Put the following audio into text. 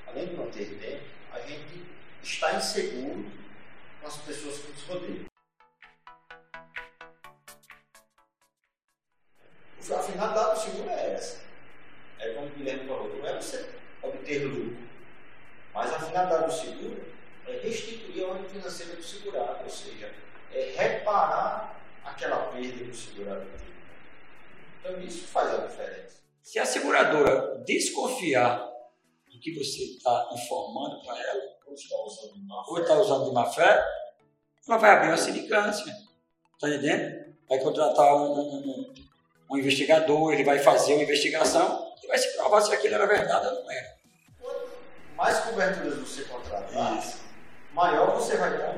além de não ter tempo, a gente está inseguro com as pessoas que nos rodeiam. A finalidade do seguro é essa. É como o Guilherme falou, não é você obter lucro, mas a finalidade do seguro é restituir a ordem financeira do segurado, ou seja, é reparar aquela perda que o segurado teve. Então isso faz a diferença. Se a seguradora desconfiar do que você está informando para ela, ou está usando de má fé, ela vai abrir uma sindicância. Está entendendo? Vai contratar um investigador, ele vai fazer uma investigação e vai se provar se aquilo era verdade ou não era. Quanto mais coberturas você contratar, maior você vai